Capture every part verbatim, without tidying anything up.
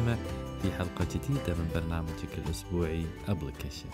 المستمع في حلقة جديدة من برنامجك الأسبوعي أبليكيشن.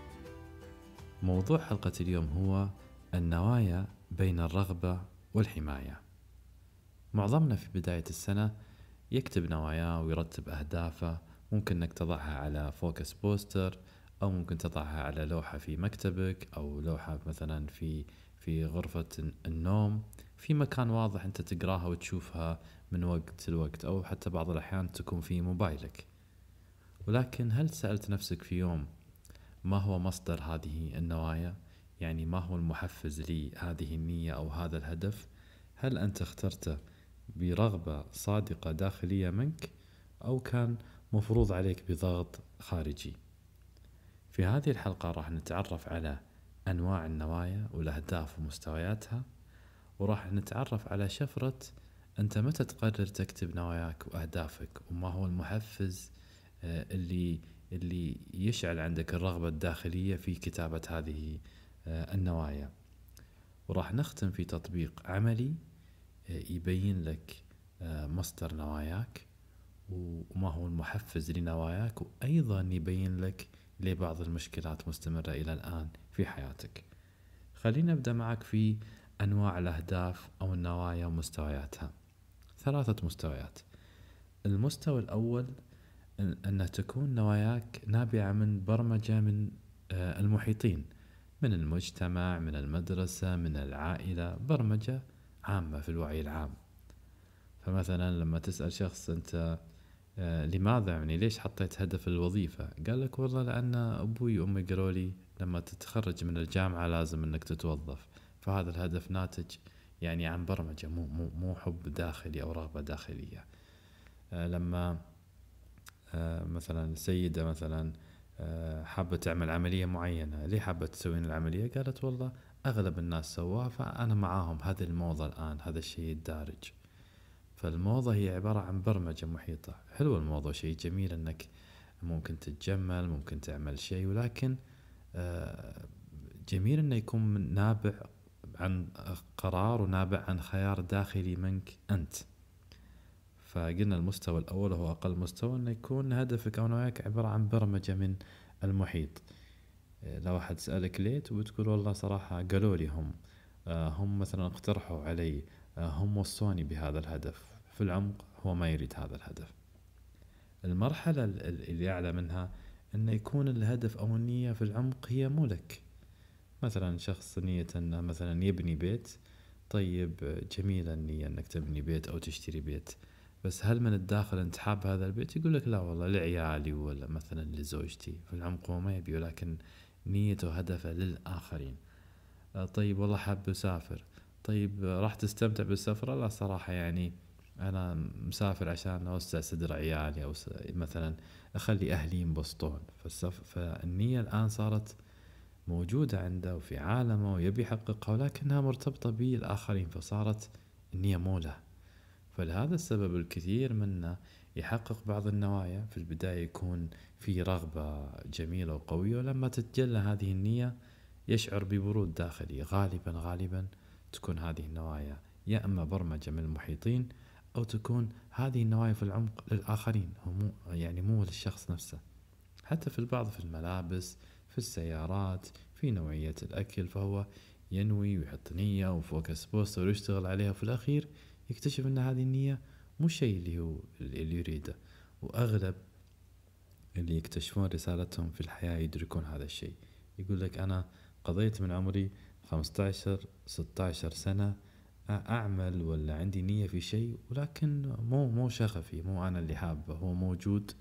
موضوع حلقة اليوم هو النوايا بين الرغبة والحماية. معظمنا في بداية السنة يكتب نواياه ويرتب أهدافه، ممكن أنك تضعها على فوكس بوستر أو ممكن تضعها على لوحة في مكتبك أو لوحة مثلا في في غرفة النوم، في مكان واضح أنت تقراها وتشوفها من وقت لوقت، أو حتى بعض الأحيان تكون في موبايلك. ولكن هل سألت نفسك في يوم ما هو مصدر هذه النوايا؟ يعني ما هو المحفز لهذه النية أو هذا الهدف؟ هل أنت اخترته برغبة صادقة داخلية منك أو كان مفروض عليك بضغط خارجي؟ في هذه الحلقة راح نتعرف على أنواع النوايا والأهداف ومستوياتها، وراح نتعرف على شفرة أنت متى تقرر تكتب نواياك وأهدافك، وما هو المحفز اللي اللي يشعل عندك الرغبة الداخلية في كتابة هذه النوايا. وراح نختم في تطبيق عملي يبين لك مصدر نواياك وما هو المحفز لنواياك، وأيضا يبين لك ليه بعض المشكلات مستمرة إلى الآن في حياتك. خلينا نبدأ معك في أنواع الأهداف أو النوايا ومستوياتها. ثلاثة مستويات. المستوى الأول أن تكون نواياك نابعة من برمجة من المحيطين، من المجتمع، من المدرسة، من العائلة، برمجة عامة في الوعي العام. فمثلا لما تسأل شخص أنت لماذا يعني ليش حطيت هدف الوظيفة، قال لك والله لأن أبوي وأمي قالوا لي لما تتخرج من الجامعة لازم أنك تتوظف. فهذا الهدف ناتج يعني عن برمجة، مو, مو, مو حب داخلي أو رغبة داخلية. لما مثلا سيدة مثلا حابة تعمل عملية معينة، ليه حابة تسوين العملية؟ قالت والله أغلب الناس سواها فأنا معاهم، هذه الموضة الآن، هذا الشيء الدارج. فالموضة هي عبارة عن برمجة محيطة. حلو الموضة، شيء جميل أنك ممكن تتجمل، ممكن تعمل شيء، ولكن جميل أنه يكون نابع عن قرار ونابع عن خيار داخلي منك أنت. فقلنا المستوى الأول هو أقل مستوى، أنه يكون هدفك أو نواياك عبارة عن برمجة من المحيط. لو أحد سألك ليه وبتقول والله صراحة قالوا لي هم هم مثلا اقترحوا علي، هم وصوني بهذا الهدف. في العمق هو ما يريد هذا الهدف. المرحلة اللي أعلى منها أنه يكون الهدف أو النية في العمق هي مو لك. مثلا شخص نية أنه مثلا يبني بيت، طيب جميلة النية أنك تبني بيت أو تشتري بيت، بس هل من الداخل أنت حاب هذا البيت؟ يقول لك لا والله لعيالي ولا مثلا لزوجتي. في العمق هو ما يبي، ولكن نيته هدفه للآخرين. طيب والله حاب أسافر، طيب راح تستمتع بالسفرة؟ لا صراحة يعني أنا مسافر عشان أوسع صدر عيالي أو مثلا أخلي أهلي ينبسطون. فالنية الآن صارت موجودة عنده وفي عالمه ويبي يحققها، ولكنها مرتبطة بالآخرين، فصارت النية مولة. فلهذا السبب الكثير منا يحقق بعض النوايا في البداية يكون في رغبة جميلة وقوية، ولما تتجلى هذه النية يشعر ببرود داخلي. غالبا غالبا تكون هذه النوايا يا أما برمجة من المحيطين، أو تكون هذه النوايا في العمق للآخرين، هم يعني مو للشخص نفسه. حتى في البعض في الملابس، في السيارات، في نوعية الأكل، فهو ينوي ويحط نية وفوكس بوستر ويشتغل عليها، وفي الأخير يكتشف أن هذه النية مو شيء اللي هو اللي يريده. وأغلب اللي يكتشفون رسالتهم في الحياة يدركون هذا الشيء. يقول لك أنا قضيت من عمري خمسة عشر ستة عشر سنة أعمل ولا عندي نية في شيء، ولكن مو مو شغفي، مو أنا اللي حابه، هو موجود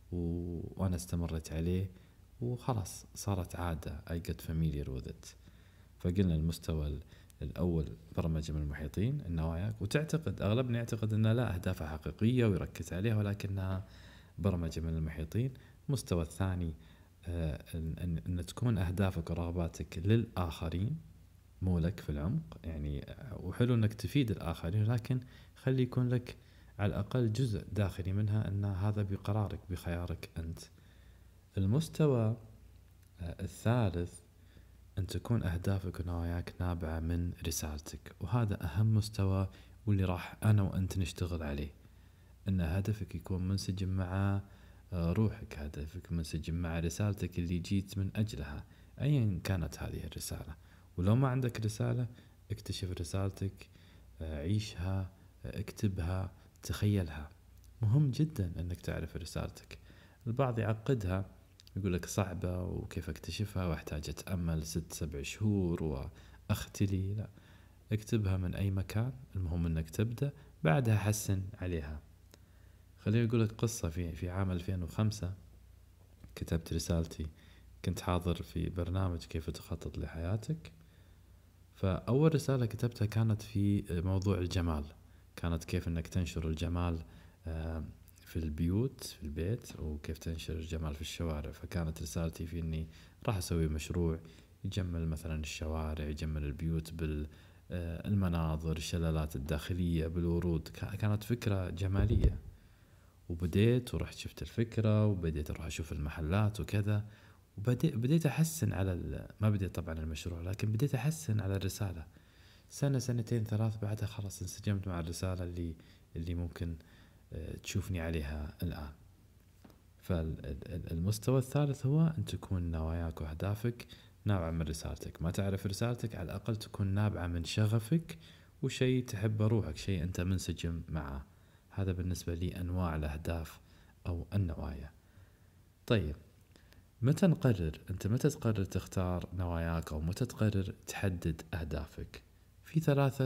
وأنا استمرت عليه وخلاص صارت عادة. I get familiar with it. فقلنا المستوى الأول برمجة من المحيطين، النوايا، وتعتقد أغلبنا يعتقد أنها لا أهدافها حقيقية ويركز عليها، ولكنها برمجة من المحيطين. المستوى الثاني آه أن, أن تكون أهدافك ورغباتك للآخرين مو لك في العمق. يعني وحلو أنك تفيد الآخرين، لكن خلي يكون لك على الأقل جزء داخلي منها أن هذا بقرارك بخيارك أنت. المستوى آه الثالث أن تكون أهدافك ونواياك نابعة من رسالتك، وهذا أهم مستوى واللي راح أنا وأنت نشتغل عليه. أن هدفك يكون منسجم مع روحك، هدفك منسجم مع رسالتك اللي جيت من أجلها أيا كانت هذه الرسالة. ولو ما عندك رسالة، اكتشف رسالتك، عيشها، اكتبها، تخيلها. مهم جدا أنك تعرف رسالتك. البعض يعقدها، يقولك صعبة وكيف اكتشفها واحتاج أتأمل ست سبع شهور وأختلي. لا، اكتبها من أي مكان، المهم أنك تبدأ، بعدها حسن عليها. خليني أقولك قصة. في في عام ألفين وخمسة كتبت رسالتي، كنت حاضر في برنامج كيف تخطط لحياتك. فأول رسالة كتبتها كانت في موضوع الجمال، كانت كيف أنك تنشر الجمال في البيوت في البيت، وكيف تنشر الجمال في الشوارع. فكانت رسالتي في أني راح أسوي مشروع يجمل مثلا الشوارع، يجمل البيوت بالمناظر، الشلالات الداخلية بالورود. كانت فكرة جمالية. وبديت ورحت شفت الفكرة، وبديت أروح أشوف المحلات وكذا، وبديت بديت أحسن على ما بديت طبعا المشروع، لكن بديت أحسن على الرسالة. سنة سنتين ثلاث بعدها خلاص انسجمت مع الرسالة اللي اللي ممكن تشوفني عليها الآن. فالمستوى الثالث هو أن تكون نواياك وأهدافك نابعة من رسالتك. ما تعرف رسالتك، على الأقل تكون نابعة من شغفك وشيء تحب روحك، شيء أنت منسجم معه. هذا بالنسبة لي أنواع الأهداف أو النوايا. طيب، متى نقرر؟ أنت متى تقرر تختار نواياك أو متى تقرر تحدد أهدافك؟ في ثلاثة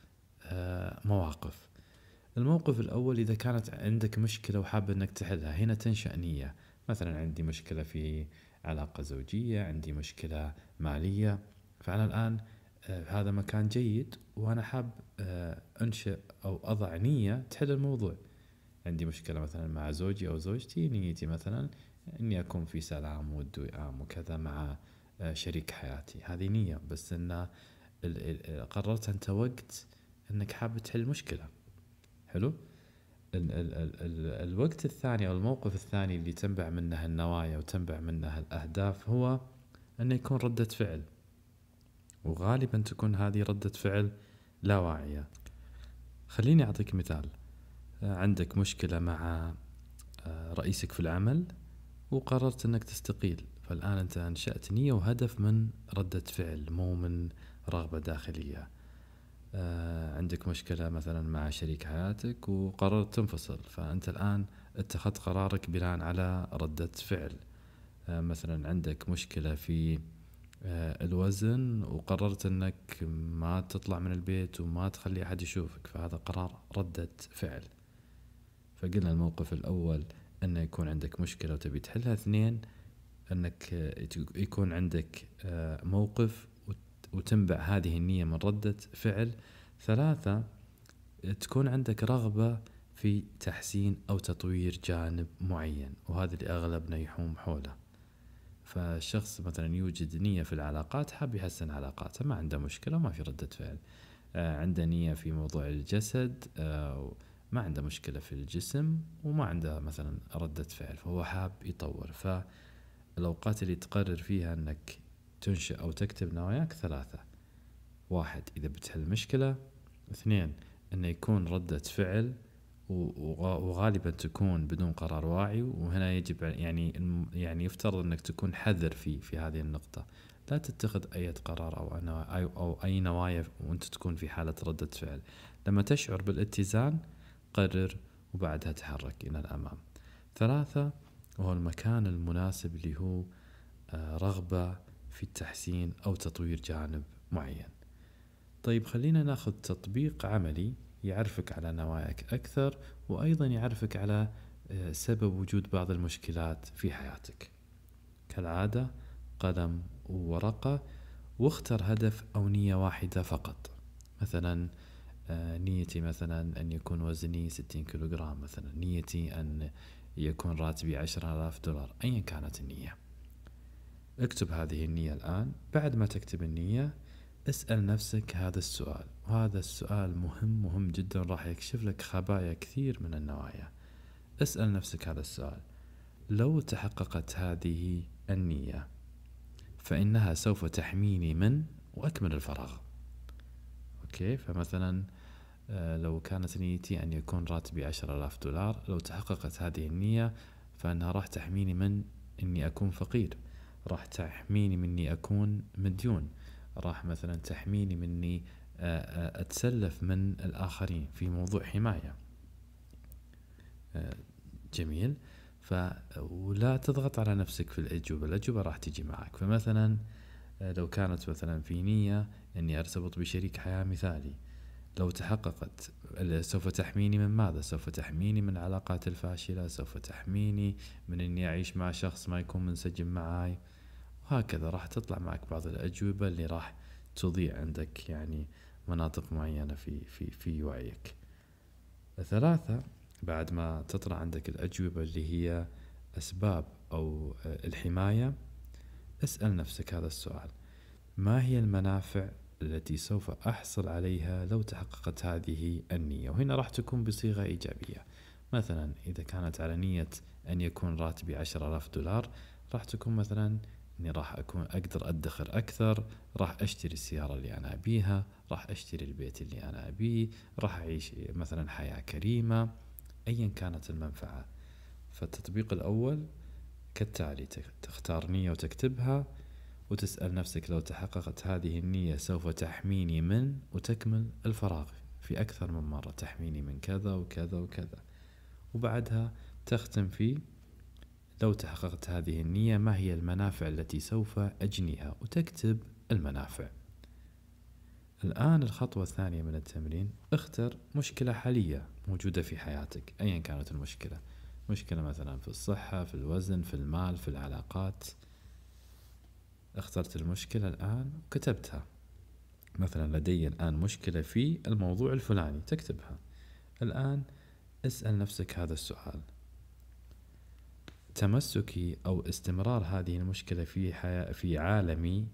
مواقف. الموقف الأول، إذا كانت عندك مشكلة وحاب أنك تحلها، هنا تنشأ نية. مثلا عندي مشكلة في علاقة زوجية، عندي مشكلة مالية، فأنا الآن هذا مكان جيد وأنا حاب أنشئ أو أضع نية تحل الموضوع. عندي مشكلة مثلا مع زوجي أو زوجتي، نيتي مثلا أني أكون في سلام ود وئام وكذا مع شريك حياتي، هذه نية. بس أن قررت أنت وقت أنك حاب تحل مشكلة. حلو. ال ال ال ال الوقت الثاني أو الموقف الثاني اللي تنبع منه النوايا وتنبع منه الأهداف هو أن يكون ردة فعل، وغالبا تكون هذه ردة فعل لا واعية. خليني أعطيك مثال. عندك مشكلة مع رئيسك في العمل وقررت أنك تستقيل، فالآن أنت أنشأت نية وهدف من ردة فعل، مو من رغبة داخلية. عندك مشكلة مثلا مع شريك حياتك وقررت تنفصل، فأنت الآن اتخذت قرارك بناء على ردة فعل. مثلا عندك مشكلة في الوزن وقررت أنك ما تطلع من البيت وما تخلي أحد يشوفك، فهذا قرار ردة فعل. فقلنا الموقف الأول أن يكون عندك مشكلة وتبي تحلها. اثنين، أنك يكون عندك موقف وتنبع هذه النية من ردة فعل. ثلاثة، تكون عندك رغبة في تحسين أو تطوير جانب معين، وهذا اللي أغلبنا يحوم حوله. فالشخص مثلا يوجد نية في العلاقات، حاب يحسن علاقاته، ما عنده مشكلة وما في ردة فعل. عنده نية في موضوع الجسد، ما عنده مشكلة في الجسم وما عنده مثلا ردة فعل، فهو حاب يطور. فالأوقات اللي تقرر فيها أنك تنشئ أو تكتب نواياك ثلاثة: واحد، إذا بتحل مشكلة. اثنين، أنه يكون ردة فعل وغالبا تكون بدون قرار واعي. وهنا يجب يعني يعني يفترض أنك تكون حذر في في هذه النقطة. لا تتخذ أي قرار أو أو أو أي نوايا وأنت تكون في حالة ردة فعل. لما تشعر بالاتزان قرر وبعدها تحرك إلى الأمام. ثلاثة، وهو المكان المناسب اللي هو رغبة في التحسين أو تطوير جانب معين. طيب، خلينا ناخذ تطبيق عملي يعرفك على نواياك أكثر، وأيضا يعرفك على سبب وجود بعض المشكلات في حياتك. كالعادة، قلم وورقة، واختر هدف أو نية واحدة فقط. مثلا نيتي مثلا أن يكون وزني ستين كيلوغرام، مثلا نيتي أن يكون راتبي عشرة آلاف دولار، أيا كانت النية. اكتب هذه النية الآن. بعد ما تكتب النية، اسأل نفسك هذا السؤال، وهذا السؤال مهم مهم جدا، راح يكشف لك خبايا كثير من النوايا. اسأل نفسك هذا السؤال: لو تحققت هذه النية فإنها سوف تحميني من، وأكمل الفراغ. أوكي. فمثلا آه، لو كانت نيتي أن يكون راتبي عشرة آلاف دولار، لو تحققت هذه النية فإنها راح تحميني من أني أكون فقير، راح تحميني من أني أكون مديون، راح مثلا تحميني من أني آه، آه، أتسلف من الآخرين في موضوع حماية. آه، جميل. ف ولا تضغط على نفسك في الأجوبة، الأجوبة راح تجي معك. فمثلا آه، لو كانت مثلا في نية أني أرتبط بشريك حياة مثالي، لو تحققت سوف تحميني من ماذا؟ سوف تحميني من العلاقات الفاشلة، سوف تحميني من أني أعيش مع شخص ما يكون منسجم معاي، وهكذا راح تطلع معك بعض الأجوبة اللي راح تضيء عندك يعني مناطق معينة في في في وعيك. ثلاثة، بعد ما تطلع عندك الأجوبة اللي هي أسباب أو الحماية، اسأل نفسك هذا السؤال: ما هي المنافع التي سوف أحصل عليها لو تحققت هذه النية؟ وهنا راح تكون بصيغة إيجابية. مثلا إذا كانت على نية أن يكون راتبي عشرة آلاف دولار، راح تكون مثلا أني راح أكون أقدر أدخر أكثر، راح أشتري السيارة اللي أنا أبيها، راح أشتري البيت اللي أنا أبيه، راح أعيش مثلا حياة كريمة، أيا كانت المنفعة. فالتطبيق الأول كالتالي: تختار نية وتكتبها، وتسأل نفسك لو تحققت هذه النية سوف تحميني من، وتكمل الفراغ في أكثر من مرة، تحميني من كذا وكذا وكذا. وبعدها تختم في لو تحققت هذه النية ما هي المنافع التي سوف أجنيها، وتكتب المنافع. الآن الخطوة الثانية من التمرين: اختر مشكلة حالية موجودة في حياتك أيا كانت المشكلة، مشكلة مثلا في الصحة، في الوزن، في المال، في العلاقات. اخترت المشكلة الآن وكتبتها. مثلا لدي الآن مشكلة في الموضوع الفلاني، تكتبها. الآن اسأل نفسك هذا السؤال: تمسكي أو استمرار هذه المشكلة في حياة في عالمي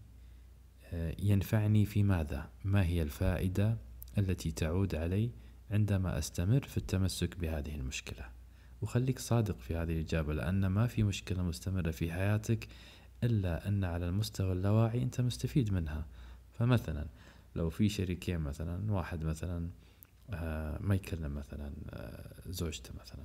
ينفعني في ماذا؟ ما هي الفائدة التي تعود علي عندما أستمر في التمسك بهذه المشكلة؟ وخليك صادق في هذه الإجابة، لأن ما في مشكلة مستمرة في حياتك إلا أن على المستوى اللاواعي أنت مستفيد منها. فمثلا لو في شريكين، مثلا واحد مثلا ما يكلم مثلا زوجته مثلا،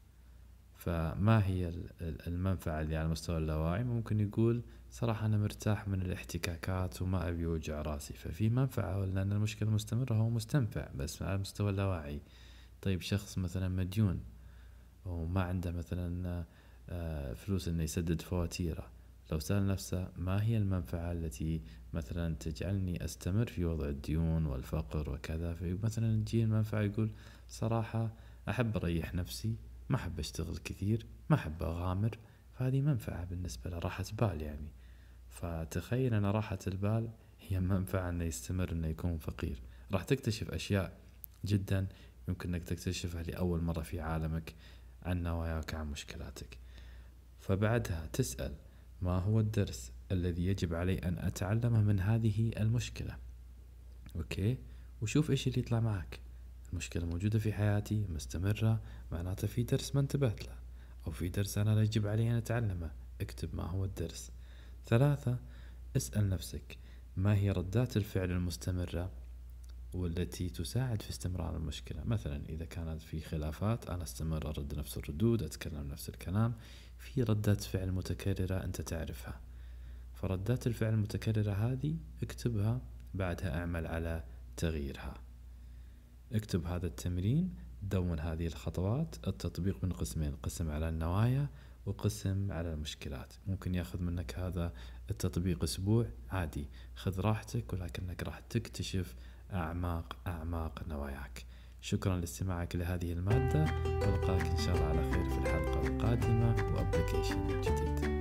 فما هي المنفعة اللي على المستوى اللاواعي؟ ممكن يقول صراحة أنا مرتاح من الاحتكاكات وما أبي وجع راسي، ففي منفعة، لأن المشكلة مستمرة، هو مستنفع بس على المستوى اللاواعي. طيب شخص مثلا مديون وما عنده مثلا فلوس إنه يسدد فواتيره، لو سأل نفسه ما هي المنفعة التي مثلا تجعلني أستمر في وضع الديون والفقر وكذا، فمثلا تجي المنفعة يقول صراحة أحب أريح نفسي، ما أحب أشتغل كثير، ما أحب أغامر، فهذه منفعة بالنسبة له، راحة بال يعني. فتخيل أن راحة البال هي منفعة أنه يستمر أنه يكون فقير. راح تكتشف أشياء جدا يمكن أنك تكتشفها لأول مرة في عالمك عن نواياك، عن مشكلاتك. فبعدها تسأل: ما هو الدرس الذي يجب علي أن أتعلمه من هذه المشكلة؟ أوكي، وشوف إيش اللي يطلع معك. المشكلة موجودة في حياتي مستمرة، معناته في درس ما انتبهت له، أو في درس أنا يجب علي أن أتعلمه، اكتب ما هو الدرس. ثلاثة، اسأل نفسك ما هي ردات الفعل المستمرة والتي تساعد في استمرار المشكلة. مثلا إذا كانت في خلافات، أنا استمر أرد نفس الردود، أتكلم نفس الكلام. في ردات فعل متكررة أنت تعرفها، فردات الفعل المتكررة هذه اكتبها، بعدها اعمل على تغييرها. اكتب هذا التمرين، دون هذه الخطوات. التطبيق من قسمين: قسم على النوايا وقسم على المشكلات. ممكن ياخذ منك هذا التطبيق أسبوع عادي، خذ راحتك، ولكنك راح تكتشف أعماق أعماق نواياك. شكرا لاستماعك لهذه المادة، والقاك إن شاء الله على خير في الحلقة القادمة وأبليكيشن جديد.